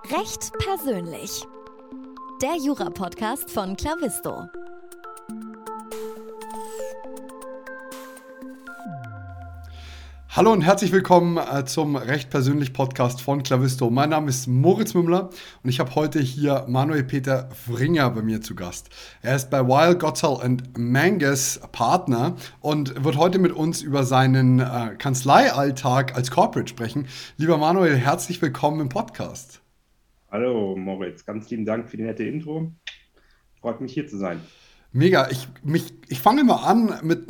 Recht persönlich. Der Jura-Podcast von Clavisto. Hallo und herzlich willkommen zum Recht persönlich Podcast von Clavisto. Mein Name ist Moritz Mümmler und ich habe heute hier Manuel Peter Vringer bei mir zu Gast. Er ist bei Weil, Gotshal & Manges Partner und wird heute mit uns über seinen Kanzleialltag als Corporate sprechen. Lieber Manuel, herzlich willkommen im Podcast. Hallo Moritz, ganz lieben Dank für die nette Intro. Freut mich hier zu sein. Mega. Ich fange mal an mit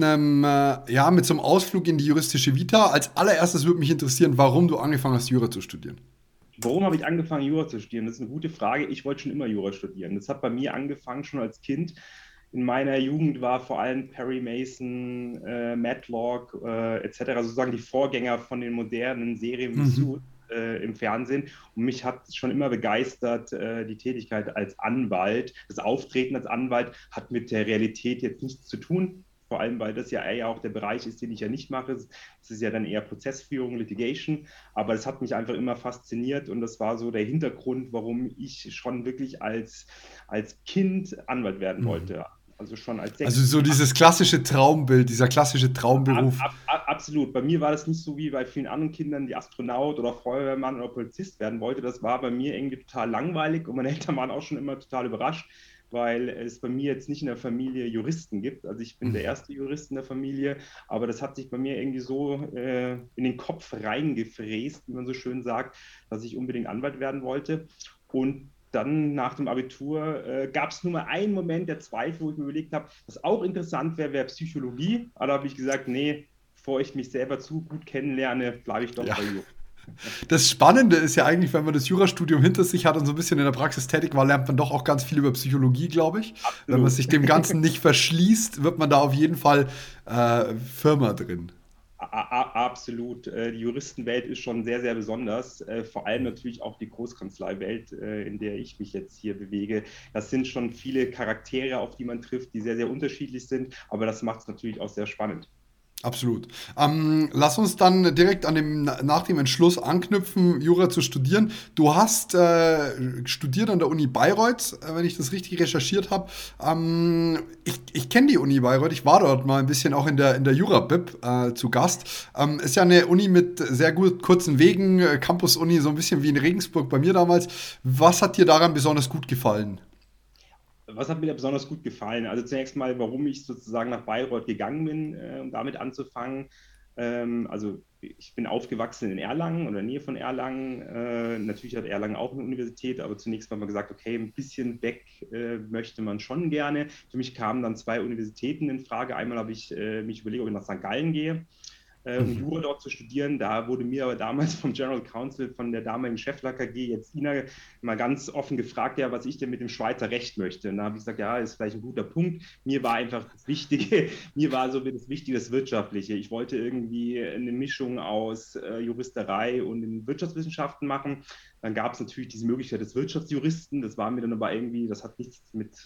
mit so einem Ausflug in die juristische Vita. Als allererstes würde mich interessieren, warum du angefangen hast, Jura zu studieren. Warum habe ich angefangen, Jura zu studieren? Das ist eine gute Frage. Ich wollte schon immer Jura studieren. Das hat bei mir angefangen schon als Kind. In meiner Jugend war vor allem Perry Mason, Matlock etc. sozusagen die Vorgänger von den modernen Serien wie Suits im Fernsehen. Und mich hat schon immer begeistert, die Tätigkeit als Anwalt. Das Auftreten als Anwalt hat mit der Realität jetzt nichts zu tun. Vor allem, weil das ja eher auch der Bereich ist, den ich ja nicht mache. Das ist ja dann eher Prozessführung, Litigation. Aber das hat mich einfach immer fasziniert und das war so der Hintergrund, warum ich schon wirklich als Kind Anwalt werden wollte. Also schon als Also so dieses klassische Traumbild, dieser klassische Traumberuf. Absolut. Bei mir war das nicht so wie bei vielen anderen Kindern, die Astronaut oder Feuerwehrmann oder Polizist werden wollte. Das war bei mir irgendwie total langweilig und meine Eltern waren auch schon immer total überrascht, weil es bei mir jetzt nicht in der Familie Juristen gibt. Also ich bin der erste Jurist in der Familie, aber das hat sich bei mir irgendwie so in den Kopf reingefräst, wie man so schön sagt, dass ich unbedingt Anwalt werden wollte. Und dann nach dem Abitur gab es nur mal einen Moment der Zweifel, wo ich mir überlegt habe, was auch interessant wäre Psychologie. Aber da habe ich gesagt, nee, bevor ich mich selber zu gut kennenlerne, bleibe ich doch bei Jura. Das Spannende ist ja eigentlich, wenn man das Jurastudium hinter sich hat und so ein bisschen in der Praxis tätig war, lernt man doch auch ganz viel über Psychologie, glaube ich. Absolut. Wenn man sich dem Ganzen nicht verschließt, wird man da auf jeden Fall Firma drin. Absolut. Die Juristenwelt ist schon sehr, sehr besonders. Vor allem natürlich auch die Großkanzleiwelt, in der ich mich jetzt hier bewege. Das sind schon viele Charaktere, auf die man trifft, die sehr, sehr unterschiedlich sind. Aber das macht es natürlich auch sehr spannend. Absolut. Lass uns dann direkt nach dem Entschluss anknüpfen, Jura zu studieren. Du hast studiert an der Uni Bayreuth, wenn ich das richtig recherchiert habe. Ich kenne die Uni Bayreuth, ich war dort mal ein bisschen auch in der Jura-Bib zu Gast. Ist ja eine Uni mit sehr gut kurzen Wegen, Campus-Uni, so ein bisschen wie in Regensburg bei mir damals. Was hat dir daran besonders gut gefallen? Was hat mir da besonders gut gefallen? Also zunächst mal, warum ich sozusagen nach Bayreuth gegangen bin, um damit anzufangen. Also ich bin aufgewachsen in Erlangen oder in der Nähe von Erlangen. Natürlich hat Erlangen auch eine Universität, aber zunächst haben wir gesagt, okay, ein bisschen weg möchte man schon gerne. Für mich kamen dann 2 Universitäten in Frage. Einmal habe ich mich überlegt, ob ich nach St. Gallen gehe, um Jura dort zu studieren. Da wurde mir aber damals vom General Counsel von der damaligen Chefler KG, jetzt Ina, mal ganz offen gefragt, ja, was ich denn mit dem Schweizer Recht möchte. Und da habe ich gesagt, ja, ist vielleicht ein guter Punkt. Mir war einfach das Wichtige, das Wirtschaftliche. Ich wollte irgendwie eine Mischung aus Juristerei und den Wirtschaftswissenschaften machen. Dann gab es natürlich diese Möglichkeit des Wirtschaftsjuristen. Das war mir dann aber irgendwie, das hat nicht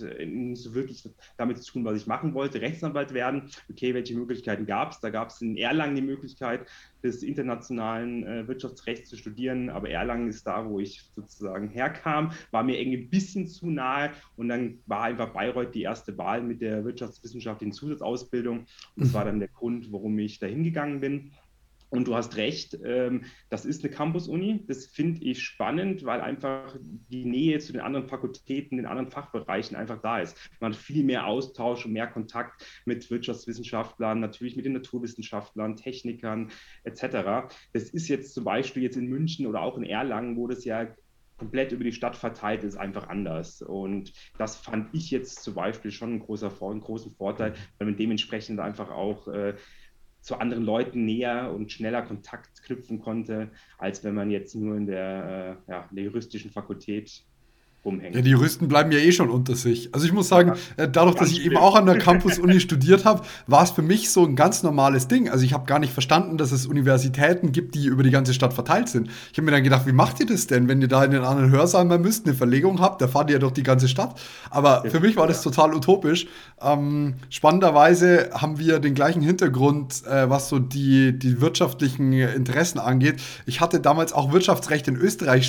so wirklich damit zu tun, was ich machen wollte. Rechtsanwalt werden. Okay, welche Möglichkeiten gab es? Da gab es in Erlangen die Möglichkeit, des internationalen Wirtschaftsrechts zu studieren. Aber Erlangen ist da, wo ich sozusagen herkam, war mir irgendwie ein bisschen zu nahe. Und dann war einfach Bayreuth die erste Wahl mit der wirtschaftswissenschaftlichen Zusatzausbildung. Und das war dann der Grund, warum ich da hingegangen bin. Und du hast recht, das ist eine Campus-Uni. Das finde ich spannend, weil einfach die Nähe zu den anderen Fakultäten, den anderen Fachbereichen einfach da ist. Man hat viel mehr Austausch und mehr Kontakt mit Wirtschaftswissenschaftlern, natürlich mit den Naturwissenschaftlern, Technikern etc. Das ist jetzt zum Beispiel jetzt in München oder auch in Erlangen, wo das ja komplett über die Stadt verteilt ist, einfach anders. Und das fand ich jetzt zum Beispiel schon einen großen Vorteil, weil man dementsprechend einfach auch zu anderen Leuten näher und schneller Kontakt knüpfen konnte, als wenn man jetzt nur in der juristischen Fakultät rumhängt. Ja, die Juristen bleiben ja eh schon unter sich. Also ich muss sagen, dadurch, dass ich eben auch an der Campus-Uni studiert habe, war es für mich so ein ganz normales Ding. Also ich habe gar nicht verstanden, dass es Universitäten gibt, die über die ganze Stadt verteilt sind. Ich habe mir dann gedacht, wie macht ihr das denn, wenn ihr da in den anderen Hörsaal mal müsst, eine Verlegung habt, da fahrt ihr ja durch die ganze Stadt. Aber für mich war das total utopisch. Spannenderweise haben wir den gleichen Hintergrund, was so die wirtschaftlichen Interessen angeht. Ich hatte damals auch Wirtschaftsrecht in Österreich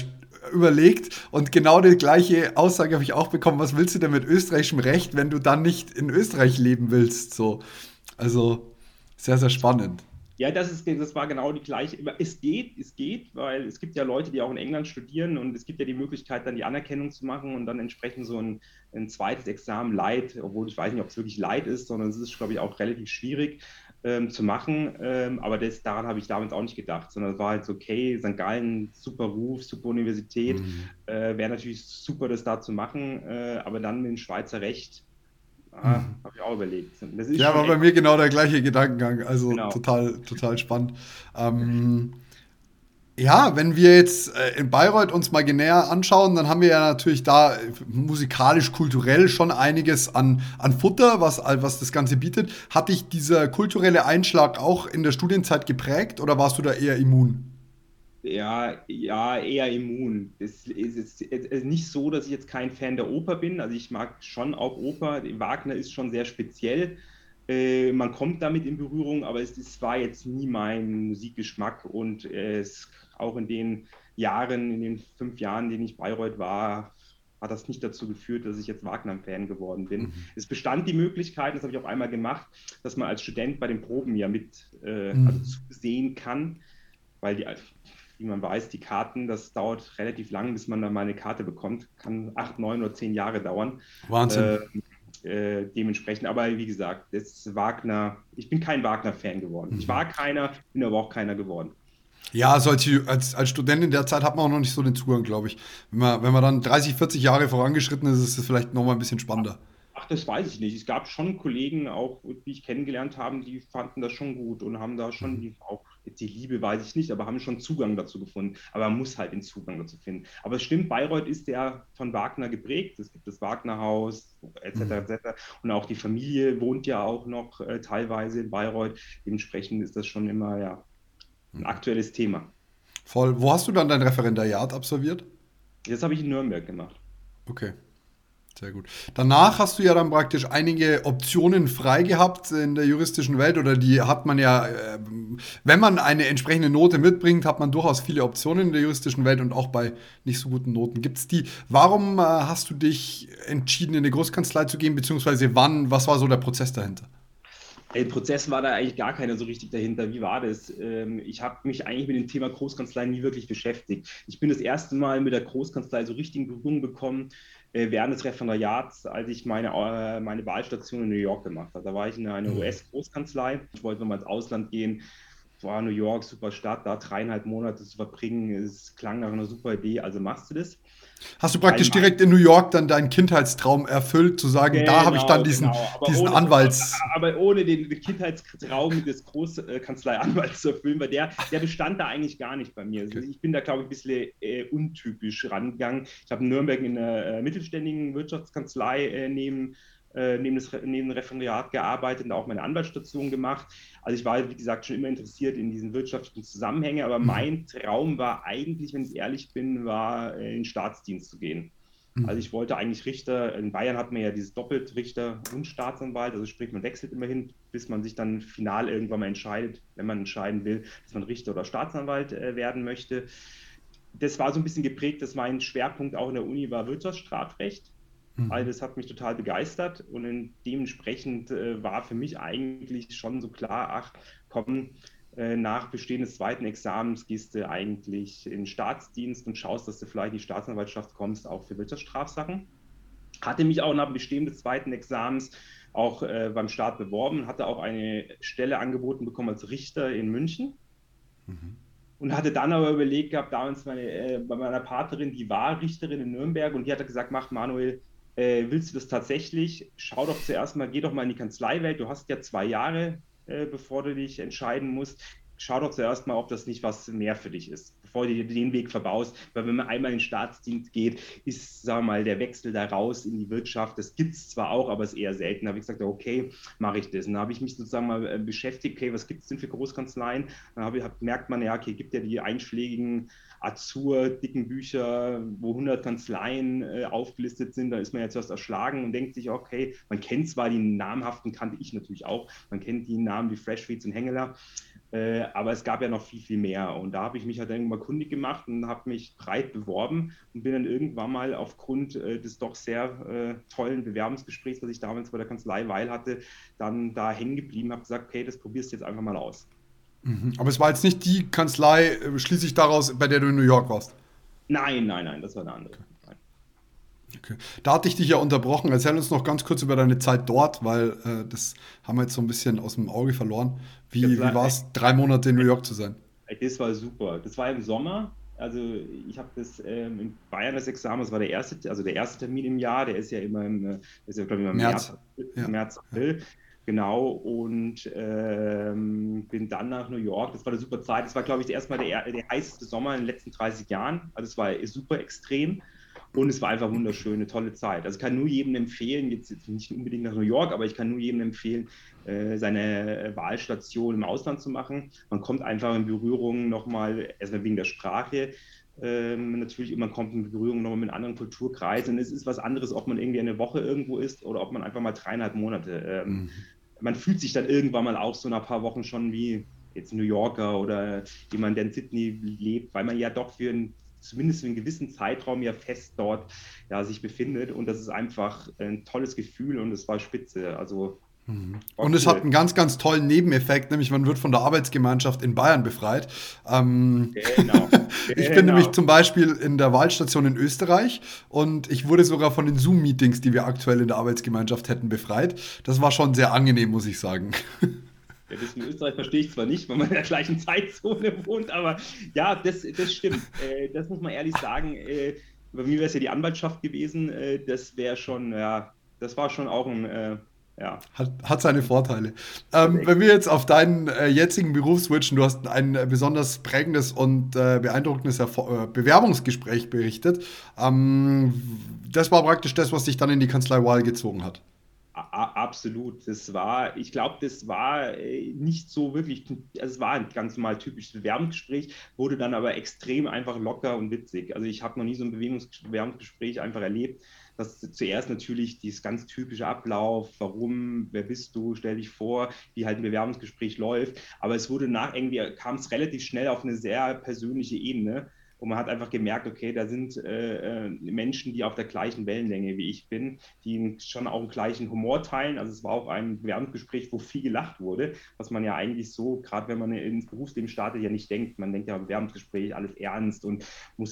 überlegt und genau die gleiche Aussage habe ich auch bekommen. Was willst du denn mit österreichischem Recht, wenn du dann nicht in Österreich leben willst? So, also sehr, sehr spannend. Ja, das war genau die gleiche. Es geht, weil es gibt ja Leute, die auch in England studieren und es gibt ja die Möglichkeit, dann die Anerkennung zu machen und dann entsprechend so ein zweites Examen Light, obwohl ich weiß nicht, ob es wirklich Light ist, sondern es ist, glaube ich, auch relativ schwierig zu machen. Aber daran habe ich damals auch nicht gedacht, sondern es war halt so, okay, St. Gallen, super Ruf, super Universität, Mhm. wäre natürlich super, das da zu machen, aber dann mit dem Schweizer Recht, Mhm. habe ich auch überlegt. Das ist Ja, schon war bei echt, mir genau der gleiche Gedankengang. Also genau. total, total spannend. Ja, wenn wir jetzt in Bayreuth uns mal näher anschauen, dann haben wir ja natürlich da musikalisch-kulturell schon einiges an Futter, was das Ganze bietet. Hat dich dieser kulturelle Einschlag auch in der Studienzeit geprägt oder warst du da eher immun? Ja, ja, eher immun. Es ist nicht so, dass ich jetzt kein Fan der Oper bin. Also ich mag schon auch Oper. Wagner ist schon sehr speziell. Man kommt damit in Berührung, aber es war jetzt nie mein Musikgeschmack und auch in den Jahren, in den 5 Jahren, in denen ich Bayreuth war, hat das nicht dazu geführt, dass ich jetzt Wagner-Fan geworden bin. Es bestand die Möglichkeit, das habe ich auch einmal gemacht, dass man als Student bei den Proben ja also Mhm. zusehen kann, weil wie man weiß, die Karten, das dauert relativ lang, bis man dann mal eine Karte bekommt. Kann 8, 9 oder 10 Jahre dauern. Äh, Wahnsinn. Dementsprechend, aber wie gesagt, ich bin kein Wagner-Fan geworden. Ich war keiner, bin aber auch keiner geworden. Ja, als Student in der Zeit hat man auch noch nicht so den Zugang, glaube ich. Wenn man dann 30, 40 Jahre vorangeschritten ist, ist es vielleicht noch mal ein bisschen spannender. Ach, das weiß ich nicht. Es gab schon Kollegen, auch die ich kennengelernt habe, die fanden das schon gut und haben da schon auch jetzt die Liebe weiß ich nicht, aber haben schon Zugang dazu gefunden. Aber man muss halt den Zugang dazu finden. Aber es stimmt, Bayreuth ist ja von Wagner geprägt. Es gibt das Wagnerhaus etc. etc. Und auch die Familie wohnt ja auch noch teilweise in Bayreuth. Dementsprechend ist das schon immer ja ein aktuelles Thema. Voll. Wo hast du dann dein Referendariat absolviert? Das habe ich in Nürnberg gemacht. Okay. Sehr gut. Danach hast du ja dann praktisch einige Optionen frei gehabt in der juristischen Welt oder die hat man ja, wenn man eine entsprechende Note mitbringt, hat man durchaus viele Optionen in der juristischen Welt und auch bei nicht so guten Noten gibt es die. Warum hast du dich entschieden, in eine Großkanzlei zu gehen, beziehungsweise wann, was war so der Prozess dahinter? Im Prozess war da eigentlich gar keiner so richtig dahinter. Wie war das? Ich habe mich eigentlich mit dem Thema Großkanzlei nie wirklich beschäftigt. Ich bin das erste Mal mit der Großkanzlei so richtig in Berührung gekommen während des Referendariats, als ich meine Wahlstation in New York gemacht habe. Da war ich in einer US-Großkanzlei. Ich wollte nochmal ins Ausland gehen. War New York, super Stadt, da 3,5 Monate zu verbringen, es klang nach einer super Idee, also machst du das. Hast du Weil praktisch direkt in New York dann deinen Kindheitstraum erfüllt, zu sagen, da habe ich dann Genau, genau. diesen Anwalts... Aber ohne den Kindheitstraum des Großkanzleianwalts zu erfüllen, weil der bestand da eigentlich gar nicht bei mir. Also Okay. ich bin da, glaube ich, ein bisschen untypisch rangegangen. Ich habe in Nürnberg in einer mittelständigen Wirtschaftskanzlei neben dem Referendariat gearbeitet und auch meine Anwaltsstation gemacht. Also ich war, wie gesagt, schon immer interessiert in diesen wirtschaftlichen Zusammenhängen, aber mein Traum war eigentlich, wenn ich ehrlich bin, war in den Staatsdienst zu gehen. Also ich wollte eigentlich Richter, in Bayern hat man ja dieses doppelt Richter und Staatsanwalt, also sprich man wechselt immerhin, bis man sich dann final irgendwann mal entscheidet, wenn man entscheiden will, dass man Richter oder Staatsanwalt werden möchte. Das war so ein bisschen geprägt, dass mein Schwerpunkt auch in der Uni war Wirtschaftsstrafrecht. All das hat mich total begeistert und dementsprechend war für mich eigentlich schon so klar, ach komm, nach Bestehen des zweiten Examens gehst du eigentlich in den Staatsdienst und schaust, dass du vielleicht in die Staatsanwaltschaft kommst, auch für Wirtschaftsstrafsachen. Hatte mich auch nach Bestehen des zweiten Examens auch beim Staat beworben, hatte auch eine Stelle angeboten bekommen als Richter in München und hatte dann aber überlegt gehabt, damals bei meiner Partnerin, die war Richterin in Nürnberg und die hatte gesagt, mach Manuel, willst du das tatsächlich? Schau doch zuerst mal, geh doch mal in die Kanzleiwelt, du hast ja 2 Jahre, bevor du dich entscheiden musst. Schau doch zuerst mal, ob das nicht was mehr für dich ist, bevor du dir den Weg verbaust. Weil wenn man einmal in den Staatsdienst geht, ist, sagen wir mal, der Wechsel da raus in die Wirtschaft, das gibt es zwar auch, aber es ist eher selten. Da habe ich gesagt, okay, mache ich das. Und da habe ich mich sozusagen mal beschäftigt, okay, was gibt es denn für Großkanzleien? Dann merkt man, ja, okay, gibt ja die einschlägigen Azur, dicken Bücher, wo 100 Kanzleien aufgelistet sind, da ist man jetzt erst erschlagen und denkt sich, okay, man kennt zwar die namhaften, kannte ich natürlich auch, man kennt die Namen wie Freshfields und Hengeler, Aber es gab ja noch viel, viel mehr. Und da habe ich mich halt irgendwann mal kundig gemacht und habe mich breit beworben und bin dann irgendwann mal aufgrund des doch sehr tollen Bewerbungsgesprächs, was ich damals bei der Kanzlei Weil hatte, dann da hängen geblieben, habe gesagt, okay, das probierst du jetzt einfach mal aus. Aber es war jetzt nicht die Kanzlei, schließe ich daraus, bei der du in New York warst. Nein, das war eine andere. Nein. Okay. Da hatte ich dich ja unterbrochen. Erzähl uns noch ganz kurz über deine Zeit dort, weil das haben wir jetzt so ein bisschen aus dem Auge verloren. Wie war es, 3 Monate in New York zu sein? Das war super. Das war im Sommer. Also ich habe das in Bayern das Examen, das war der erste Termin im Jahr, der ist ja immer glaube ich, im März, April. Ja. Genau, und bin dann nach New York. Das war eine super Zeit. Das war, glaube ich, erstmal der heißeste Sommer in den letzten 30 Jahren. Also es war super extrem. Und es war einfach wunderschön, eine tolle Zeit. Also ich kann nur jedem empfehlen, jetzt nicht unbedingt nach New York, aber ich kann nur jedem empfehlen, seine Wahlstation im Ausland zu machen. Man kommt einfach in Berührung nochmal, erstmal wegen der Sprache, natürlich, und man kommt in Berührung nochmal mit anderen Kulturkreisen. Und es ist was anderes, ob man irgendwie eine Woche irgendwo ist oder ob man einfach mal 3,5 Monate. Man fühlt sich dann irgendwann mal auch so nach ein paar Wochen schon wie jetzt New Yorker oder jemand, der in Sydney lebt, weil man ja doch zumindest für einen gewissen Zeitraum ja fest dort sich befindet. Und das ist einfach ein tolles Gefühl und es war spitze. Also und es hat einen ganz, ganz tollen Nebeneffekt, nämlich man wird von der Arbeitsgemeinschaft in Bayern befreit. Genau. Ich bin nämlich zum Beispiel in der Wahlstation in Österreich und ich wurde sogar von den Zoom-Meetings, die wir aktuell in der Arbeitsgemeinschaft hätten, befreit. Das war schon sehr angenehm, muss ich sagen. Ja, das in Österreich verstehe ich zwar nicht, weil man in der gleichen Zeitzone wohnt, aber ja, das stimmt. Das muss man ehrlich sagen. Bei mir wäre es ja die Anwaltschaft gewesen. Das wäre schon, das war schon auch ein, Hat seine Vorteile. Wenn wir jetzt auf deinen jetzigen Beruf switchen, du hast ein besonders prägendes und beeindruckendes Bewerbungsgespräch berichtet. Das war praktisch das, was dich dann in die Kanzlei Weil gezogen hat. Absolut. Ich glaube, das war nicht so wirklich, es war ein ganz normal typisches Bewerbungsgespräch, wurde dann aber extrem einfach locker und witzig. Also ich habe noch nie so ein Bewerbungsgespräch einfach erlebt. Das zuerst natürlich dieses ganz typische Ablauf, warum, wer bist du, stell dich vor, wie halt ein Bewerbungsgespräch läuft. Aber es wurde kam es relativ schnell auf eine sehr persönliche Ebene. Und man hat einfach gemerkt, okay, da sind Menschen, die auf der gleichen Wellenlänge wie ich bin, die schon auch einen gleichen Humor teilen. Also es war auch ein Bewerbungsgespräch, wo viel gelacht wurde, was man ja eigentlich so, gerade wenn man ins Berufsleben startet, ja nicht denkt. Man denkt ja im Bewerbungsgespräch alles ernst und man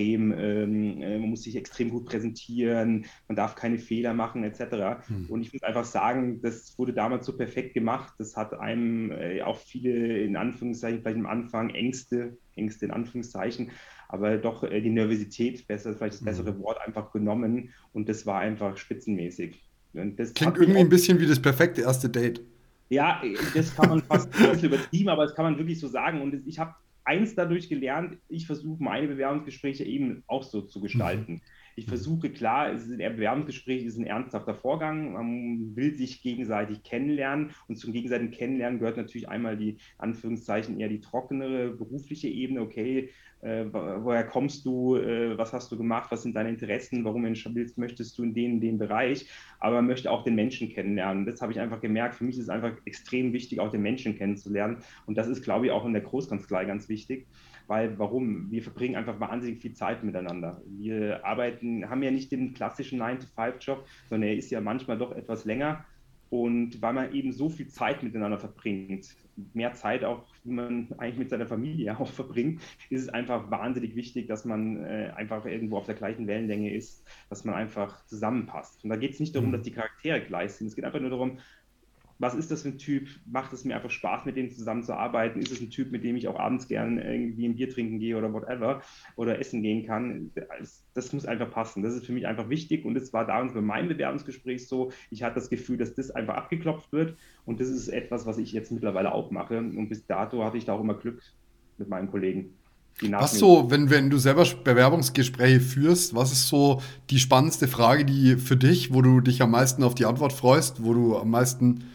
muss sich extrem gut präsentieren, man darf keine Fehler machen, etc. Und ich muss einfach sagen, das wurde damals so perfekt gemacht. Das hat einem auch viele, in Anführungszeichen, vielleicht am Anfang Ängste in Anführungszeichen, aber doch die Nervosität, vielleicht das bessere Wort, einfach genommen und das war einfach spitzenmäßig. Und das klingt irgendwie ein bisschen wie das perfekte erste Date. Ja, das kann man fast ein bisschen übertrieben, aber das kann man wirklich so sagen und ich habe eins dadurch gelernt, ich versuche meine Bewerbungsgespräche eben auch so zu gestalten. Ich versuche, klar, ein Bewerbungsgespräch ist ein ernsthafter Vorgang, man will sich gegenseitig kennenlernen und zum gegenseitigen Kennenlernen gehört natürlich einmal die, Anführungszeichen, eher die trockenere berufliche Ebene, okay, woher kommst du, was hast du gemacht, was sind deine Interessen, warum möchtest du in den Bereich, aber man möchte auch den Menschen kennenlernen. Das habe ich einfach gemerkt, für mich ist es einfach extrem wichtig, auch den Menschen kennenzulernen und das ist, glaube ich, auch in der Großkanzlei ganz wichtig. Weil, warum? Wir verbringen einfach wahnsinnig viel Zeit miteinander. Wir haben ja nicht den klassischen 9-to-5-Job, sondern er ist ja manchmal doch etwas länger. Und weil man eben so viel Zeit miteinander verbringt, mehr Zeit auch, wie man eigentlich mit seiner Familie auch verbringt, ist es einfach wahnsinnig wichtig, dass man einfach irgendwo auf der gleichen Wellenlänge ist, dass man einfach zusammenpasst. Und da geht es nicht darum, dass die Charaktere gleich sind. Es geht einfach nur darum, was ist das für ein Typ? Macht es mir einfach Spaß, mit dem zusammenzuarbeiten? Ist es ein Typ, mit dem ich auch abends gern irgendwie ein Bier trinken gehe oder whatever oder essen gehen kann? Das muss einfach passen. Das ist für mich einfach wichtig und es war damals bei meinem Bewerbungsgespräch so. Ich hatte das Gefühl, dass das einfach abgeklopft wird und das ist etwas, was ich jetzt mittlerweile auch mache und bis dato hatte ich da auch immer Glück mit meinen Kollegen. Was so, wenn du selber Bewerbungsgespräche führst, was ist so die spannendste Frage, die für dich, wo du dich am meisten auf die Antwort freust, wo du am meisten...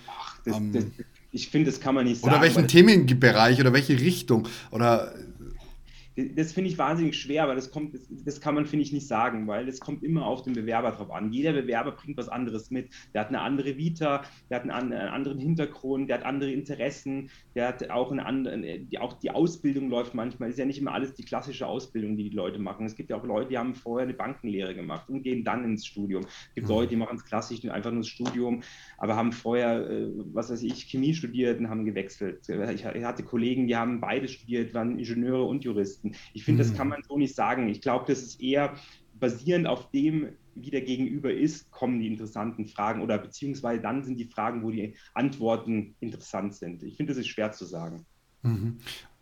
ich finde, das kann man nicht sagen. Oder welchen Themenbereich oder welche Richtung? Oder Das finde ich wahnsinnig schwer, aber das kann man, finde ich, nicht sagen, weil es kommt immer auf den Bewerber drauf an. Jeder Bewerber bringt was anderes mit. Der hat eine andere Vita, der hat einen anderen Hintergrund, der hat andere Interessen, der hat auch auch die Ausbildung läuft manchmal. Ist ja nicht immer alles die klassische Ausbildung, die Leute machen. Es gibt ja auch Leute, die haben vorher eine Bankenlehre gemacht und gehen dann ins Studium. Es gibt Leute, die machen es klassisch, einfach nur das Studium, aber haben vorher, was weiß ich, Chemie studiert und haben gewechselt. Ich hatte Kollegen, die haben beides studiert, waren Ingenieure und Juristen. Ich finde, das kann man so nicht sagen. Ich glaube, das ist eher basierend auf dem, wie der Gegenüber ist, kommen die interessanten Fragen oder beziehungsweise dann sind die Fragen, wo die Antworten interessant sind. Ich finde, das ist schwer zu sagen. Mhm.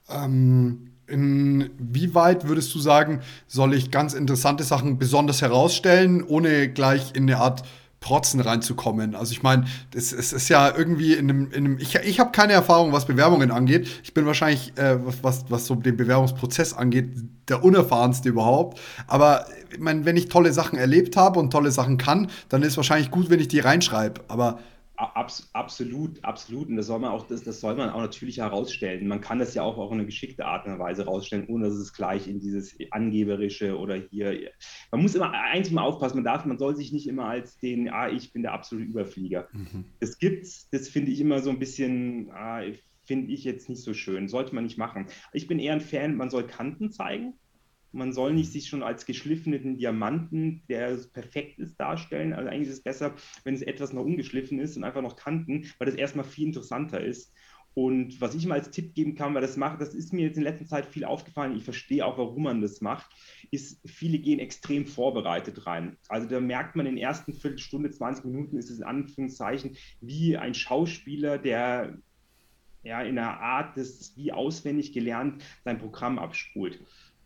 Inwieweit würdest du sagen, soll ich ganz interessante Sachen besonders herausstellen, ohne gleich in eine Art Protzen reinzukommen? Also ich meine, es ist ja irgendwie ich habe keine Erfahrung, was Bewerbungen angeht. Ich bin wahrscheinlich, was so den Bewerbungsprozess angeht, der unerfahrenste überhaupt. Aber ich meine, wenn ich tolle Sachen erlebt habe und tolle Sachen kann, dann ist es wahrscheinlich gut, wenn ich die reinschreibe. Aber Absolut, absolut. Und das soll man auch natürlich herausstellen. Man kann das ja auch in eine geschickte Art und Weise herausstellen, ohne dass es gleich in dieses Angeberische oder hier. Man muss immer aufpassen, man soll sich nicht immer als ich bin der absolute Überflieger. Das gibt's, das finde ich immer so ein bisschen, finde ich jetzt nicht so schön. Sollte man nicht machen. Ich bin eher ein Fan, man soll Kanten zeigen. Man soll nicht sich schon als geschliffenen Diamanten, der perfekt ist, darstellen. Also eigentlich ist es besser, wenn es etwas noch ungeschliffen ist und einfach noch Kanten, weil das erstmal viel interessanter ist. Und was ich mal als Tipp geben kann, weil das ist mir jetzt in letzter Zeit viel aufgefallen, ich verstehe auch, warum man das macht, ist, viele gehen extrem vorbereitet rein. Also da merkt man in den ersten Viertelstunde, 20 Minuten ist es in Anführungszeichen wie ein Schauspieler, der ja in einer Art, das wie auswendig gelernt sein Programm abspult.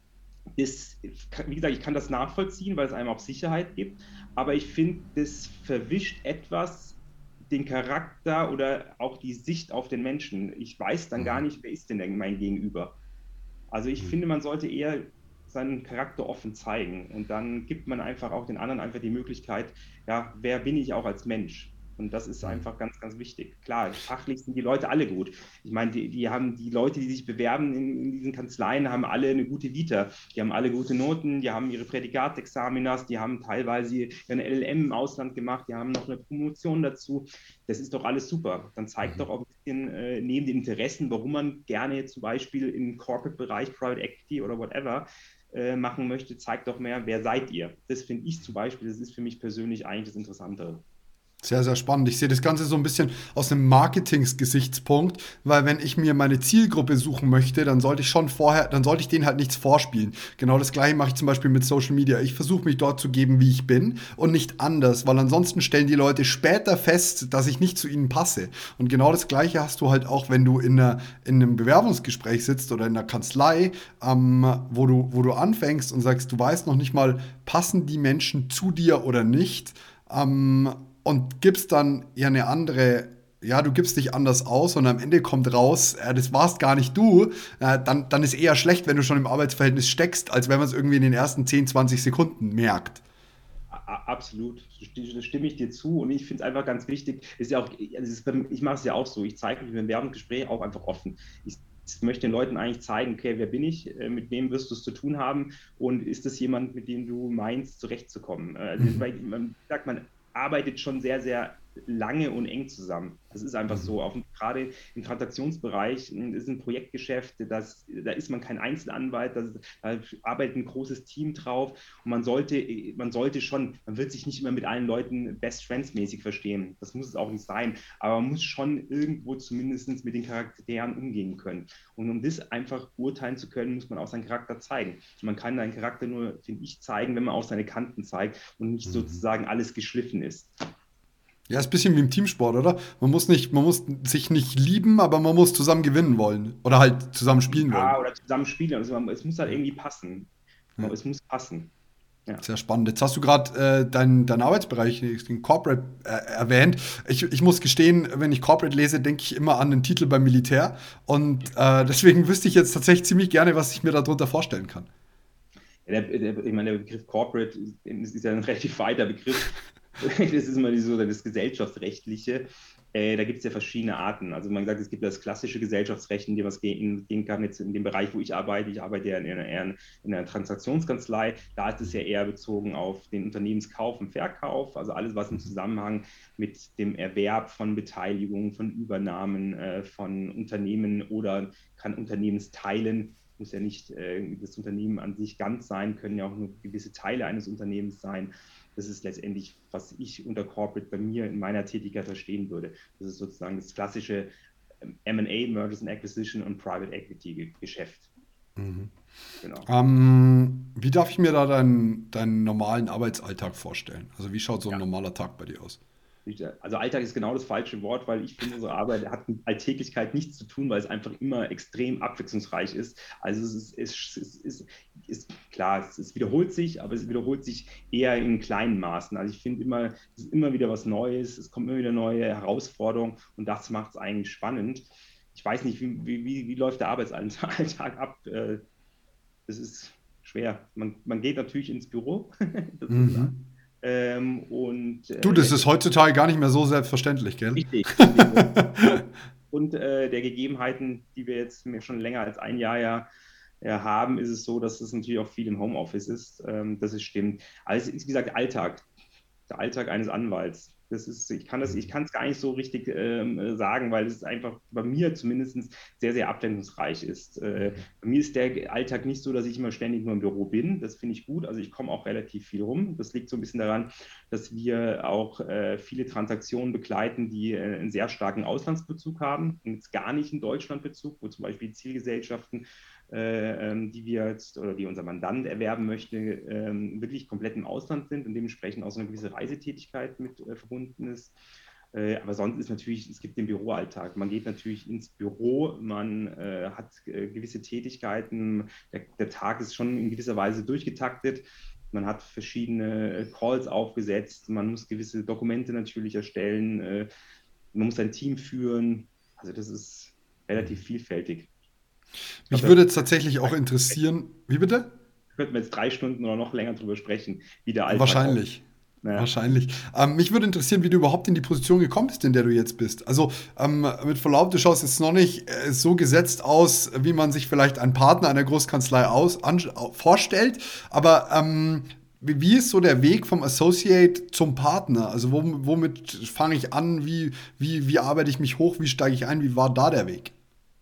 Wie gesagt, ich kann das nachvollziehen, weil es einem auch Sicherheit gibt, aber ich finde, das verwischt etwas den Charakter oder auch die Sicht auf den Menschen. Ich weiß dann gar nicht, wer ist denn mein Gegenüber. Also ich finde, man sollte eher seinen Charakter offen zeigen und dann gibt man einfach auch den anderen einfach die Möglichkeit, ja, wer bin ich auch als Mensch? Und das ist einfach ganz, ganz wichtig. Klar, fachlich sind die Leute alle gut. Ich meine, die Leute, die sich bewerben in diesen Kanzleien, haben alle eine gute Vita. Die haben alle gute Noten, die haben ihre Prädikatexaminas, die haben teilweise eine LLM im Ausland gemacht, die haben noch eine Promotion dazu. Das ist doch alles super. Dann zeigt doch auch ein bisschen neben den Interessen, warum man gerne zum Beispiel im Corporate-Bereich, Private Equity oder whatever, machen möchte, zeigt doch mehr, wer seid ihr? Das finde ich zum Beispiel, das ist für mich persönlich eigentlich das Interessantere. sehr, sehr spannend. Ich sehe das Ganze so ein bisschen aus einem Marketing-Gesichtspunkt, weil wenn ich mir meine Zielgruppe suchen möchte, dann sollte ich denen halt nichts vorspielen. Genau das Gleiche mache ich zum Beispiel mit Social Media. Ich versuche mich dort zu geben, wie ich bin und nicht anders, weil ansonsten stellen die Leute später fest, dass ich nicht zu ihnen passe. Und genau das Gleiche hast du halt auch, wenn du in einem Bewerbungsgespräch sitzt oder in einer Kanzlei, wo du anfängst und sagst, du weißt noch nicht mal, passen die Menschen zu dir oder nicht. Und gibst dann ja eine andere, ja, du gibst dich anders aus und am Ende kommt raus, das warst gar nicht du, dann ist eher schlecht, wenn du schon im Arbeitsverhältnis steckst, als wenn man es irgendwie in den ersten 10, 20 Sekunden merkt. Absolut, da stimme ich dir zu und ich finde es einfach ganz wichtig, ist ja auch, ich mache es ja auch so, ich zeige mich im Bewerbungsgespräch auch einfach offen. Ich möchte den Leuten eigentlich zeigen, okay, wer bin ich, mit wem wirst du es zu tun haben und ist das jemand, mit dem du meinst, zurechtzukommen. Man sagt, man arbeitet schon sehr, sehr lange und eng zusammen. Das ist einfach so. Gerade im Transaktionsbereich ist ein Projektgeschäft, da ist man kein Einzelanwalt, da arbeitet ein großes Team drauf und man wird sich nicht immer mit allen Leuten Best Friends mäßig verstehen. Das muss es auch nicht sein, aber man muss schon irgendwo zumindest mit den Charakteren umgehen können. Und um das einfach beurteilen zu können, muss man auch seinen Charakter zeigen. Und man kann seinen Charakter nur, finde ich, zeigen, wenn man auch seine Kanten zeigt und nicht sozusagen alles geschliffen ist. Ja, ist ein bisschen wie im Teamsport, oder? Man muss sich nicht lieben, aber man muss zusammen gewinnen wollen. Oder halt zusammen spielen wollen. Ja, oder zusammen spielen. Also es muss halt irgendwie passen. Ja. Es muss passen. Ja. Sehr spannend. Jetzt hast du gerade deinen Arbeitsbereich, den Corporate, erwähnt. Ich muss gestehen, wenn ich Corporate lese, denke ich immer an den Titel beim Militär. Und deswegen wüsste ich jetzt tatsächlich ziemlich gerne, was ich mir darunter vorstellen kann. Ja, ich meine, der Begriff Corporate ist ja ein relativ weiter Begriff. Das ist immer so das Gesellschaftsrechtliche. Da gibt es ja verschiedene Arten. Also man sagt, es gibt das klassische Gesellschaftsrecht, in dem was gehen kann. Jetzt in dem Bereich, wo ich arbeite ja in einer Transaktionskanzlei, da ist es ja eher bezogen auf den Unternehmenskauf und Verkauf, also alles, was im Zusammenhang mit dem Erwerb von Beteiligungen, von Übernahmen von Unternehmen oder kann Unternehmensteilen, muss ja nicht das Unternehmen an sich ganz sein, können ja auch nur gewisse Teile eines Unternehmens sein. Das ist letztendlich, was ich unter Corporate bei mir in meiner Tätigkeit verstehen würde. Das ist sozusagen das klassische M&A, Mergers and Acquisition und Private Equity Geschäft. Genau. Wie darf ich mir da deinen normalen Arbeitsalltag vorstellen? Also wie schaut so ein normaler Tag bei dir aus? Also Alltag ist genau das falsche Wort, weil ich finde, unsere Arbeit hat mit Alltäglichkeit nichts zu tun, weil es einfach immer extrem abwechslungsreich ist. Also ist klar, es wiederholt sich, aber es wiederholt sich eher in kleinen Maßen. Also ich finde immer, es ist immer wieder was Neues, es kommen immer wieder neue Herausforderungen und das macht es eigentlich spannend. Ich weiß nicht, wie läuft der Arbeitsalltag ab? Das ist schwer. Man geht natürlich ins Büro, das ist Du, das ist heutzutage gar nicht mehr so selbstverständlich, gell? richtig. Und der Gegebenheiten, die wir jetzt schon länger als ein Jahr ja haben, ist es so, dass es natürlich auch viel im Homeoffice ist. Das ist stimmt. Also es ist, wie gesagt, Alltag. Der Alltag eines Anwalts. Ich kann es gar nicht so richtig sagen, weil es einfach bei mir zumindest sehr, sehr abwechslungsreich ist. Bei mir ist der Alltag nicht so, dass ich immer ständig nur im Büro bin. Das finde ich gut. Also ich komme auch relativ viel rum. Das liegt so ein bisschen daran, dass wir auch viele Transaktionen begleiten, die einen sehr starken Auslandsbezug haben und jetzt gar nicht einen Deutschlandbezug, wo zum Beispiel Zielgesellschaften die wir jetzt oder die unser Mandant erwerben möchte, wirklich komplett im Ausland sind und dementsprechend auch so eine gewisse Reisetätigkeit mit verbunden ist. Aber sonst ist natürlich, es gibt den Büroalltag. Man geht natürlich ins Büro, man hat gewisse Tätigkeiten, der Tag ist schon in gewisser Weise durchgetaktet. Man hat verschiedene Calls aufgesetzt, man muss gewisse Dokumente natürlich erstellen, man muss ein Team führen. Also das ist relativ vielfältig. Mich würde jetzt tatsächlich auch interessieren, wie bitte? Könnten wir jetzt 3 Stunden oder noch länger drüber sprechen, wie der Alltag Wahrscheinlich. naja. Wahrscheinlich. Mich würde interessieren, wie du überhaupt in die Position gekommen bist, in der du jetzt bist. Also mit Verlaub, du schaust jetzt noch nicht so gesetzt aus, wie man sich vielleicht einen Partner einer Großkanzlei vorstellt. Aber wie ist so der Weg vom Associate zum Partner? Also womit fange ich an? Wie arbeite ich mich hoch? Wie steige ich ein? Wie war da der Weg?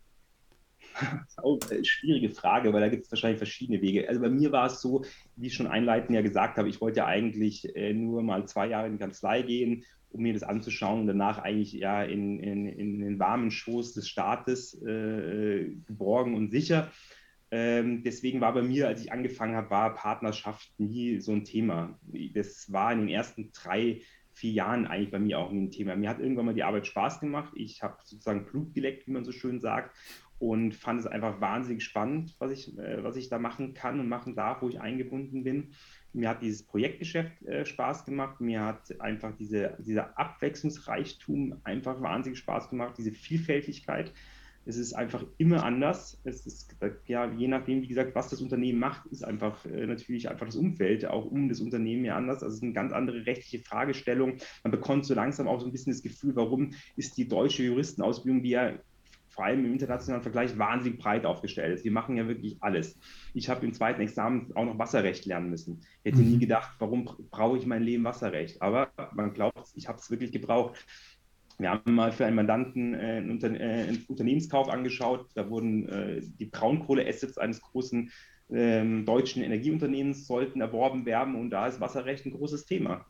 Das ist auch eine schwierige Frage, weil da gibt es wahrscheinlich verschiedene Wege. Also bei mir war es so, wie ich schon einleitend ja gesagt habe, ich wollte ja eigentlich nur mal 2 Jahre in die Kanzlei gehen, um mir das anzuschauen und danach eigentlich ja in den warmen Schoß des Staates geborgen und sicher. Deswegen war bei mir, als ich angefangen habe, war Partnerschaft nie so ein Thema. Das war in den ersten 3, 4 Jahren eigentlich bei mir auch nie ein Thema. Mir hat irgendwann mal die Arbeit Spaß gemacht. Ich habe sozusagen Blut geleckt, wie man so schön sagt, und fand es einfach wahnsinnig spannend, was ich da machen kann und machen darf, wo ich eingebunden bin. Mir hat dieses Projektgeschäft Spaß gemacht. Mir hat einfach dieser Abwechslungsreichtum einfach wahnsinnig Spaß gemacht, diese Vielfältigkeit. Es ist einfach immer anders. Es ist, ja, je nachdem, wie gesagt, was das Unternehmen macht, ist einfach natürlich einfach das Umfeld auch um das Unternehmen ja anders. Also es ist eine ganz andere rechtliche Fragestellung. Man bekommt so langsam auch so ein bisschen das Gefühl, warum ist die deutsche Juristenausbildung, die ja vor allem im internationalen Vergleich wahnsinnig breit aufgestellt ist. Wir machen ja wirklich alles. Ich habe im zweiten Examen auch noch Wasserrecht lernen müssen. Ich hätte nie gedacht, warum brauche ich mein Leben Wasserrecht? Aber man glaubt, ich habe es wirklich gebraucht. Wir haben mal für einen Mandanten einen Unternehmenskauf angeschaut. Da wurden die Braunkohle-Assets eines großen deutschen Energieunternehmens sollten erworben werden und da ist Wasserrecht ein großes Thema.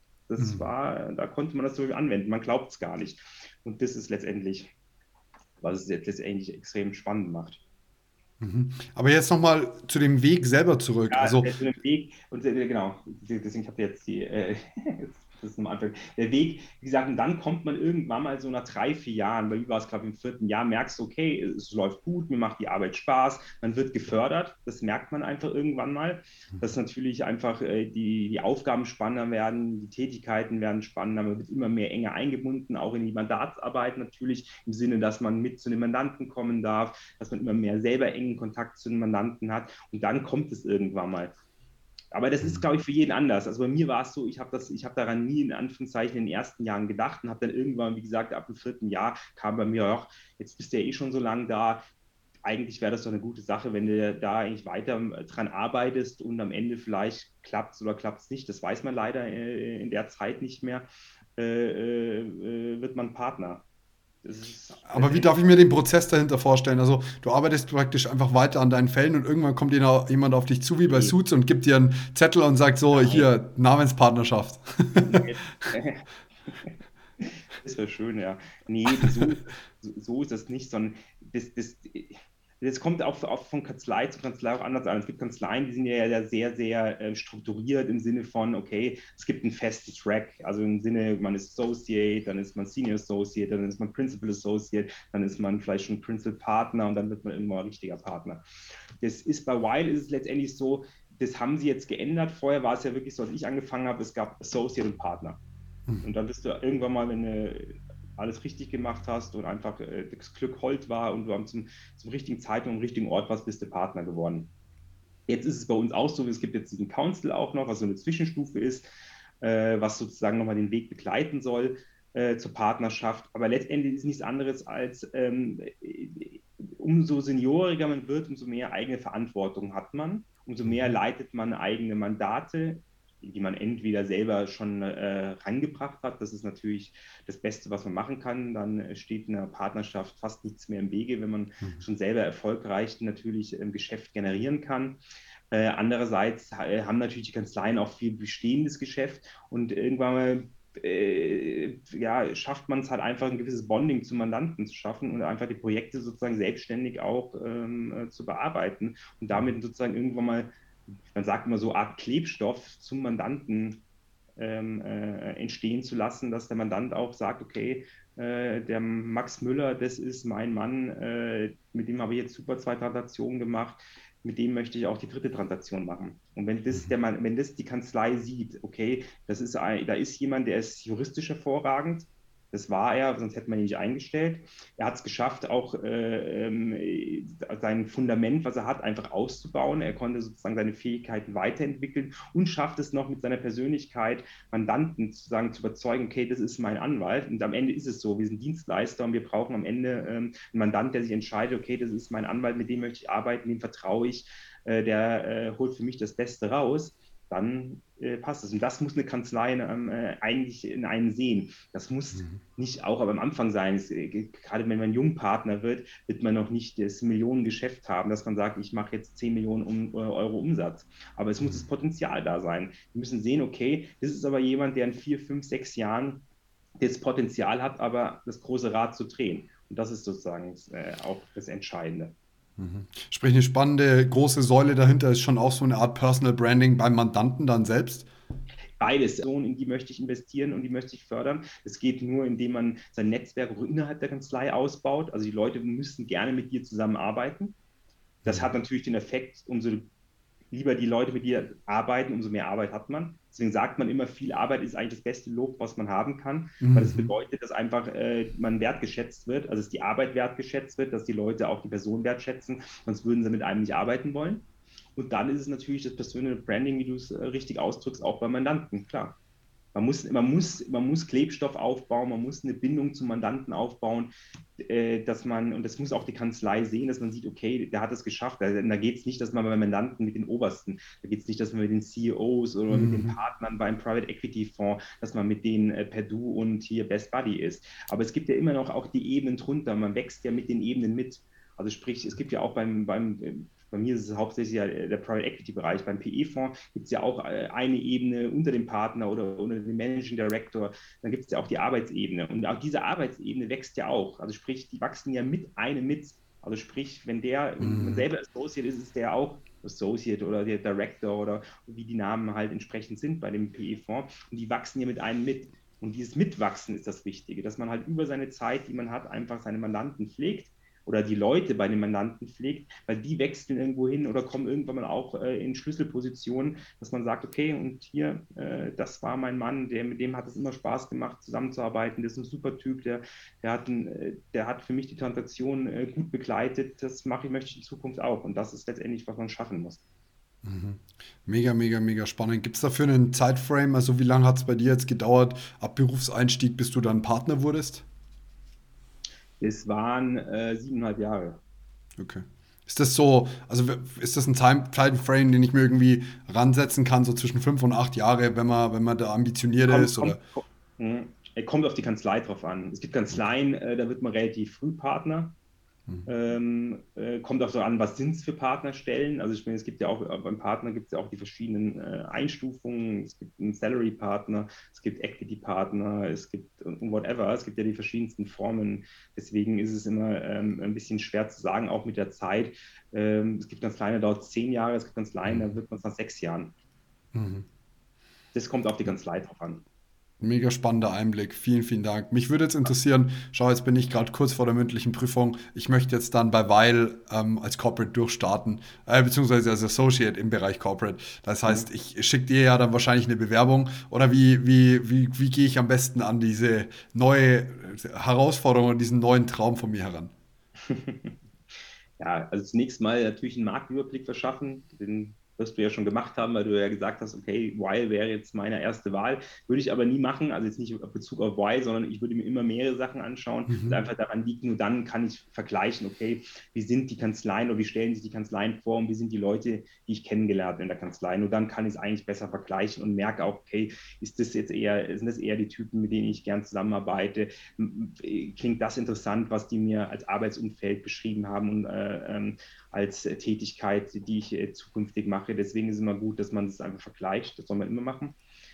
Da konnte man das so anwenden. Man glaubt es gar nicht. Und das ist letztendlich, was es jetzt letztendlich extrem spannend macht. Aber jetzt nochmal zu dem Weg selber zurück. Ja, Also zu dem Weg, und genau, deswegen habe ich jetzt das ist am Anfang. Der Weg, wie gesagt, und dann kommt man irgendwann mal so nach 3, 4 Jahren, bei mir war es glaube ich im 4. Jahr, merkst du, okay, es läuft gut, mir macht die Arbeit Spaß, man wird gefördert, das merkt man einfach irgendwann mal, dass natürlich einfach die Aufgaben spannender werden, die Tätigkeiten werden spannender, man wird immer mehr enger eingebunden, auch in die Mandatsarbeit natürlich, im Sinne, dass man mit zu den Mandanten kommen darf, dass man immer mehr selber engen Kontakt zu den Mandanten hat und dann kommt es irgendwann mal. Aber das ist, glaube ich, für jeden anders. Also bei mir war es so, ich habe daran nie in Anführungszeichen in den ersten Jahren gedacht und habe dann irgendwann, wie gesagt, ab dem 4. Jahr kam bei mir auch, jetzt bist du ja eh schon so lange da. Eigentlich wäre das doch eine gute Sache, wenn du da eigentlich weiter dran arbeitest und am Ende vielleicht klappt es oder klappt es nicht. Das weiß man leider in der Zeit nicht mehr. Wird man Partner. Das ist Aber wie darf ich mir den Prozess dahinter vorstellen? Also du arbeitest praktisch einfach weiter an deinen Fällen und irgendwann kommt jemand auf dich zu wie bei Suits und gibt dir einen Zettel und sagt so, Nein. hier, Namenspartnerschaft. Das wäre schön, ja. Nee, so ist das nicht, sondern das kommt auch von Kanzlei zu Kanzlei auch anders an. Es gibt Kanzleien, die sind ja sehr, sehr strukturiert im Sinne von, okay, es gibt einen festen Track, also im Sinne, man ist Associate, dann ist man Senior Associate, dann ist man Principal Associate, dann ist man vielleicht schon Principal Partner und dann wird man irgendwann richtiger Partner. Das ist bei Weil ist es letztendlich so, das haben sie jetzt geändert. Vorher war es ja wirklich so, als ich angefangen habe, es gab Associate und Partner. Und dann bist du irgendwann mal, wenn du alles richtig gemacht hast und einfach das Glück hold war und du zum richtigen Zeitpunkt am richtigen Ort warst, bist du Partner geworden. Jetzt ist es bei uns auch so, es gibt jetzt diesen Council auch noch, was so eine Zwischenstufe ist, was sozusagen nochmal den Weg begleiten soll zur Partnerschaft. Aber letztendlich ist nichts anderes als, umso senioriger man wird, umso mehr eigene Verantwortung hat man, umso mehr leitet man eigene Mandate, die man entweder selber schon rangebracht hat. Das ist natürlich das Beste, was man machen kann. Dann steht einer Partnerschaft fast nichts mehr im Wege, wenn man schon selber erfolgreich natürlich im Geschäft generieren kann. Andererseits haben natürlich die Kanzleien auch viel bestehendes Geschäft und irgendwann mal ja, schafft man es halt einfach ein gewisses Bonding zu Mandanten zu schaffen und einfach die Projekte sozusagen selbstständig auch zu bearbeiten und damit sozusagen irgendwann mal, man sagt immer so, Art Klebstoff zum Mandanten entstehen zu lassen, dass der Mandant auch sagt, okay, der Max Müller, das ist mein Mann, mit dem habe ich jetzt super 2 Transaktionen gemacht, mit dem möchte ich auch die 3. Transaktion machen. Und wenn das die Kanzlei sieht, okay, da ist jemand, der ist juristisch hervorragend, das war er, sonst hätte man ihn nicht eingestellt. Er hat es geschafft, auch sein Fundament, was er hat, einfach auszubauen. Er konnte sozusagen seine Fähigkeiten weiterentwickeln und schafft es noch mit seiner Persönlichkeit, Mandanten sozusagen zu überzeugen, okay, das ist mein Anwalt. Und am Ende ist es so, wir sind Dienstleister und wir brauchen am Ende einen Mandant, der sich entscheidet, okay, das ist mein Anwalt, mit dem möchte ich arbeiten, dem vertraue ich, der holt für mich das Beste raus. Dann passt es. Und das muss eine Kanzlei eigentlich in einem sehen. Das muss nicht auch aber am Anfang sein. Gerade wenn man Jungpartner wird man noch nicht das Millionengeschäft haben, dass man sagt, ich mache jetzt 10 Millionen Euro Umsatz. Aber es muss das Potenzial da sein. Wir müssen sehen, okay, das ist aber jemand, der in 4, 5, 6 Jahren das Potenzial hat, aber das große Rad zu drehen. Und das ist sozusagen auch das Entscheidende. Sprich, eine spannende große Säule dahinter ist schon auch so eine Art Personal Branding beim Mandanten dann selbst. Beides. In die möchte ich investieren und die möchte ich fördern. Es geht nur, indem man sein Netzwerk innerhalb der Kanzlei ausbaut. Also die Leute müssen gerne mit dir zusammenarbeiten. Das hat natürlich den Effekt, umso lieber die Leute mit dir arbeiten, umso mehr Arbeit hat man. Deswegen sagt man immer, viel Arbeit ist eigentlich das beste Lob, was man haben kann, weil das bedeutet, dass einfach man wertgeschätzt wird, also dass die Arbeit wertgeschätzt wird, dass die Leute auch die Person wertschätzen, sonst würden sie mit einem nicht arbeiten wollen. Und dann ist es natürlich das persönliche Branding, wie du es richtig ausdrückst, auch beim Mandanten, klar. Man muss Klebstoff aufbauen, man muss eine Bindung zum Mandanten aufbauen, und das muss auch die Kanzlei sehen, dass man sieht, okay, der hat es geschafft. Da geht es nicht, dass man beim Mandanten mit den Obersten, da geht es nicht, dass man mit den CEOs oder mit den Partnern beim Private Equity Fonds, dass man mit denen per Du und hier Best Buddy ist. Aber es gibt ja immer noch auch die Ebenen drunter, man wächst ja mit den Ebenen mit. Also sprich, es gibt ja auch bei mir ist es hauptsächlich ja der Private Equity Bereich. Beim PE-Fonds gibt es ja auch eine Ebene unter dem Partner oder unter dem Managing Director. Dann gibt es ja auch die Arbeitsebene. Und auch diese Arbeitsebene wächst ja auch. Also sprich, die wachsen ja mit einem mit. Also sprich, wenn man selber Associate ist, ist der auch Associate oder der Director oder wie die Namen halt entsprechend sind bei dem PE-Fonds. Und die wachsen ja mit einem mit. Und dieses Mitwachsen ist das Wichtige, dass man halt über seine Zeit, die man hat, einfach seine Mandanten pflegt oder die Leute bei den Mandanten pflegt, weil die wechseln irgendwo hin oder kommen irgendwann mal auch in Schlüsselpositionen, dass man sagt, okay, und hier, das war mein Mann, mit dem hat es immer Spaß gemacht, zusammenzuarbeiten, der ist ein super Typ, der hat für mich die Transaktion gut begleitet, möchte ich in Zukunft auch. Und das ist letztendlich, was man schaffen muss. Mega, mega, mega spannend. Gibt es dafür einen Zeitframe? Also wie lange hat es bei dir jetzt gedauert, ab Berufseinstieg, bis du dann Partner wurdest? Es waren 7,5 Jahre. Okay. Ist das so, also ist das ein Timeframe, den ich mir irgendwie ransetzen kann, so zwischen 5 und 8 Jahre, wenn man da ambitioniert Kommt, ist? kommt, Oder? kommt auf die Kanzlei drauf an. Es gibt Kanzleien, da wird man relativ früh Partner. Kommt auch so an, was sind es für Partnerstellen. Also ich meine, es gibt ja auch, beim Partner gibt es ja auch die verschiedenen Einstufungen. Es gibt einen Salary-Partner, es gibt Equity-Partner, es gibt whatever. Es gibt ja die verschiedensten Formen. Deswegen ist es immer ein bisschen schwer zu sagen, auch mit der Zeit. Es gibt Kanzleien, da dauert es 10 Jahre, es gibt Kanzleien, da wird man es nach 6 Jahren. Mhm. Das kommt auf die Kanzlei drauf an. Mega spannender Einblick. Vielen, vielen Dank. Mich würde jetzt interessieren, schau, jetzt bin ich gerade kurz vor der mündlichen Prüfung. Ich möchte jetzt dann bei Weil als Corporate durchstarten, beziehungsweise als Associate im Bereich Corporate. Das heißt, ich schicke dir ja dann wahrscheinlich eine Bewerbung. Oder wie gehe ich am besten an diese neue Herausforderung und diesen neuen Traum von mir heran? Ja, also zunächst mal natürlich einen Marktüberblick verschaffen. Den wirst du ja schon gemacht haben, weil du ja gesagt hast, okay, Y wäre jetzt meine erste Wahl. Würde ich aber nie machen, also jetzt nicht in Bezug auf Y, sondern ich würde mir immer mehrere Sachen anschauen, das Mhm. einfach daran liegt, nur dann kann ich vergleichen, okay, wie sind die Kanzleien oder wie stellen sich die Kanzleien vor und wie sind die Leute, die ich kennengelernt habe in der Kanzlei. Nur dann kann ich es eigentlich besser vergleichen und merke auch, okay, sind das eher die Typen, mit denen ich gern zusammenarbeite? Klingt das interessant, was die mir als Arbeitsumfeld beschrieben haben und als Tätigkeit, die ich zukünftig mache. Deswegen ist es immer gut, dass man das einfach vergleicht. Das soll man immer machen.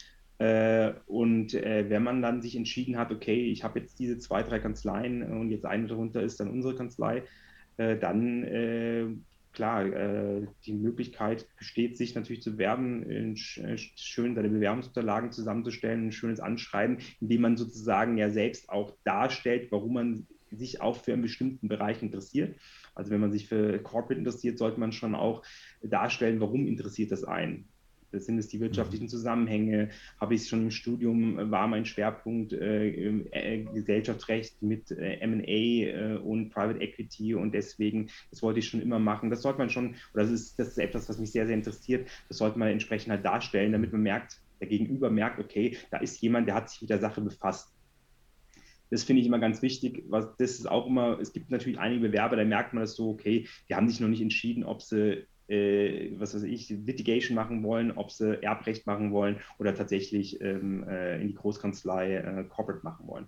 Wenn man dann sich entschieden hat, okay, ich habe jetzt diese 2, 3 Kanzleien und jetzt eine darunter ist dann unsere Kanzlei, dann klar, die Möglichkeit besteht, sich natürlich zu bewerben, schön seine Bewerbungsunterlagen zusammenzustellen, ein schönes Anschreiben, in dem man sozusagen ja selbst auch darstellt, warum man sich auch für einen bestimmten Bereich interessiert. Also wenn man sich für Corporate interessiert, sollte man schon auch darstellen, warum interessiert das einen. Sind es die wirtschaftlichen Zusammenhänge? Habe ich es schon im Studium, war mein Schwerpunkt Gesellschaftsrecht mit M&A und Private Equity und deswegen, das wollte ich schon immer machen. Das sollte man schon, oder das ist etwas, was mich sehr, sehr interessiert, das sollte man entsprechend halt darstellen, damit man merkt, der Gegenüber merkt, okay, da ist jemand, der hat sich mit der Sache befasst. Das finde ich immer ganz wichtig. Das ist auch immer, es gibt natürlich einige Bewerber, da merkt man das so, okay, die haben sich noch nicht entschieden, ob sie was weiß ich, Litigation machen wollen, ob sie Erbrecht machen wollen oder tatsächlich in die Großkanzlei Corporate machen wollen.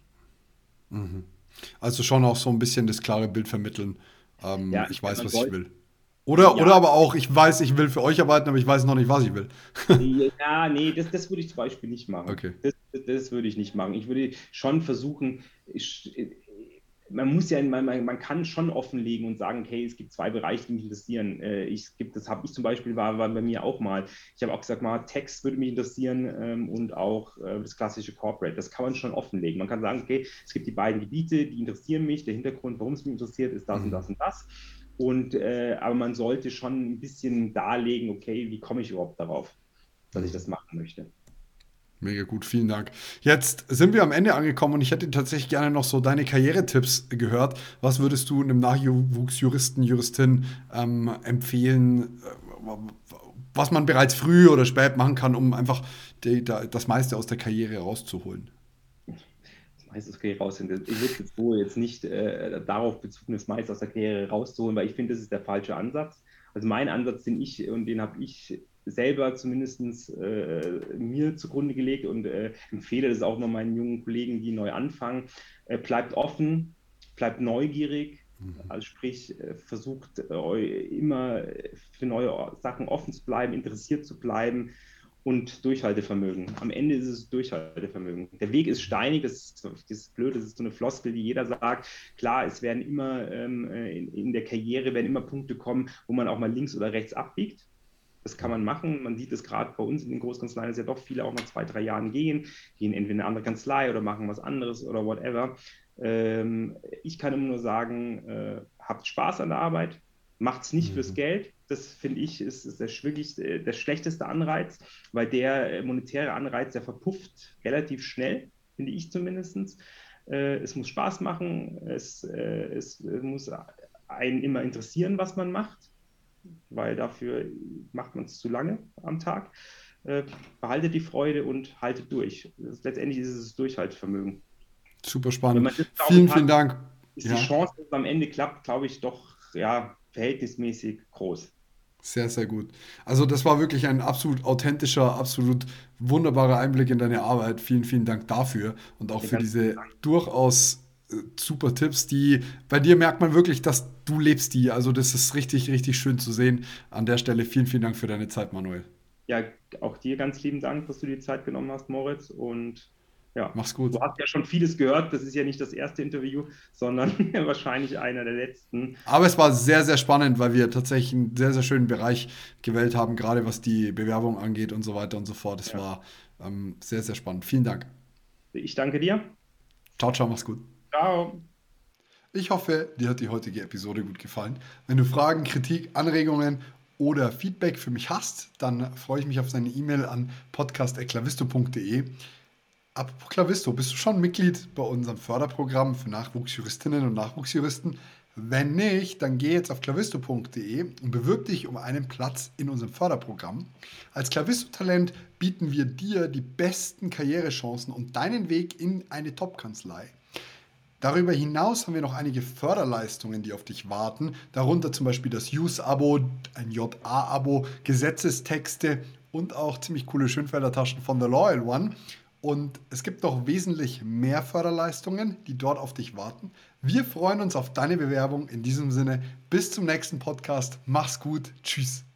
Also schon auch so ein bisschen das klare Bild vermitteln. Ja, Ich weiß, man was ich sollte, will. Oder ja, aber auch, ich weiß, ich will für euch arbeiten, aber ich weiß noch nicht, was ich will. ja, nee, das würde ich zum Beispiel nicht machen. Okay. Das würde ich nicht machen. Ich würde schon versuchen, man muss ja, man kann schon offenlegen und sagen, okay, es gibt 2 Bereiche, die mich interessieren. Das habe ich zum Beispiel, war bei mir auch mal. Ich habe auch gesagt, mal Text würde mich interessieren und auch das klassische Corporate. Das kann man schon offenlegen. Man kann sagen, okay, es gibt die beiden Gebiete, die interessieren mich. Der Hintergrund, warum es mich interessiert, ist das und das und das. Aber man sollte schon ein bisschen darlegen, okay, wie komme ich überhaupt darauf, dass ich das machen möchte. Mega gut, vielen Dank. Jetzt sind wir am Ende angekommen und ich hätte tatsächlich gerne noch so deine Karrieretipps gehört. Was würdest du einem Nachwuchsjuristen, Juristin empfehlen, was man bereits früh oder spät machen kann, um einfach das meiste aus der Karriere rauszuholen? Das meiste aus der Karriere rausholen. Ich würde jetzt so jetzt nicht darauf bezogen, das meiste aus der Karriere rauszuholen, weil ich finde, das ist der falsche Ansatz. Also mein Ansatz, den ich und den habe ich selber zumindest mir zugrunde gelegt und empfehle das auch noch meinen jungen Kollegen, die neu anfangen. Bleibt offen, bleibt neugierig, also sprich, versucht immer für neue Sachen offen zu bleiben, interessiert zu bleiben und Durchhaltevermögen. Am Ende ist es Durchhaltevermögen. Der Weg ist steinig, das ist blöd, das ist so eine Floskel, die jeder sagt. Klar, es werden immer in der Karriere werden immer Punkte kommen, wo man auch mal links oder rechts abbiegt. Das kann man machen. Man sieht es gerade bei uns in den Großkanzleien, dass ja doch viele auch nach 2, 3 Jahren gehen entweder in eine andere Kanzlei oder machen was anderes oder whatever. Ich kann immer nur sagen, habt Spaß an der Arbeit, macht es nicht fürs Geld. Das finde ich ist wirklich der schlechteste Anreiz, weil der monetäre Anreiz, der verpufft relativ schnell, finde ich zumindest. Es muss Spaß machen, es muss einen immer interessieren, was man macht. weil dafür macht man es zu lange am Tag. Behaltet die Freude und haltet durch. Letztendlich ist es das Durchhaltevermögen. Super Wenn spannend. man das, glaube Vielen, ich, vielen hat, Dank. ist die Ja, Chance, dass es am Ende klappt, glaube ich, doch ja, verhältnismäßig groß. sehr, sehr gut. Also das war wirklich ein absolut authentischer, absolut wunderbarer Einblick in deine Arbeit. Vielen, vielen Dank dafür und auch Ja, für ganz lieben diese Dank. durchaus super Tipps, die bei dir merkt man wirklich, dass du lebst die. Also das ist richtig, richtig schön zu sehen. An der Stelle vielen, vielen Dank für deine Zeit, Manuel. Ja, auch dir ganz lieben Dank, dass du die Zeit genommen hast, Moritz. Und ja, Mach's gut. du hast ja schon vieles gehört. Das ist ja nicht das erste Interview, sondern wahrscheinlich einer der letzten. Aber es war sehr, sehr spannend, weil wir tatsächlich einen sehr, sehr schönen Bereich gewählt haben, gerade was die Bewerbung angeht und so weiter und so fort. Es Ja, war sehr, sehr spannend. Vielen Dank. ich danke dir. Ciao, ciao, mach's gut. Ciao. Ich hoffe, dir hat die heutige Episode gut gefallen. Wenn du Fragen, Kritik, Anregungen oder Feedback für mich hast, dann freue ich mich auf deine E-Mail an podcast@clavisto.de. Apropos Clavisto, bist du schon Mitglied bei unserem Förderprogramm für Nachwuchsjuristinnen und Nachwuchsjuristen? Wenn nicht, dann geh jetzt auf clavisto.de und bewirb dich um einen Platz in unserem Förderprogramm. Als Clavisto-Talent bieten wir dir die besten Karrierechancen und deinen Weg in eine Top-Kanzlei. Darüber hinaus haben wir noch einige Förderleistungen, die auf dich warten, darunter zum Beispiel das Use-Abo, ein JA-Abo, Gesetzestexte und auch ziemlich coole Schönfelder-Taschen von The Loyal One. Und es gibt noch wesentlich mehr Förderleistungen, die dort auf dich warten. Wir freuen uns auf deine Bewerbung. In diesem Sinne, bis zum nächsten Podcast. Mach's gut. Tschüss.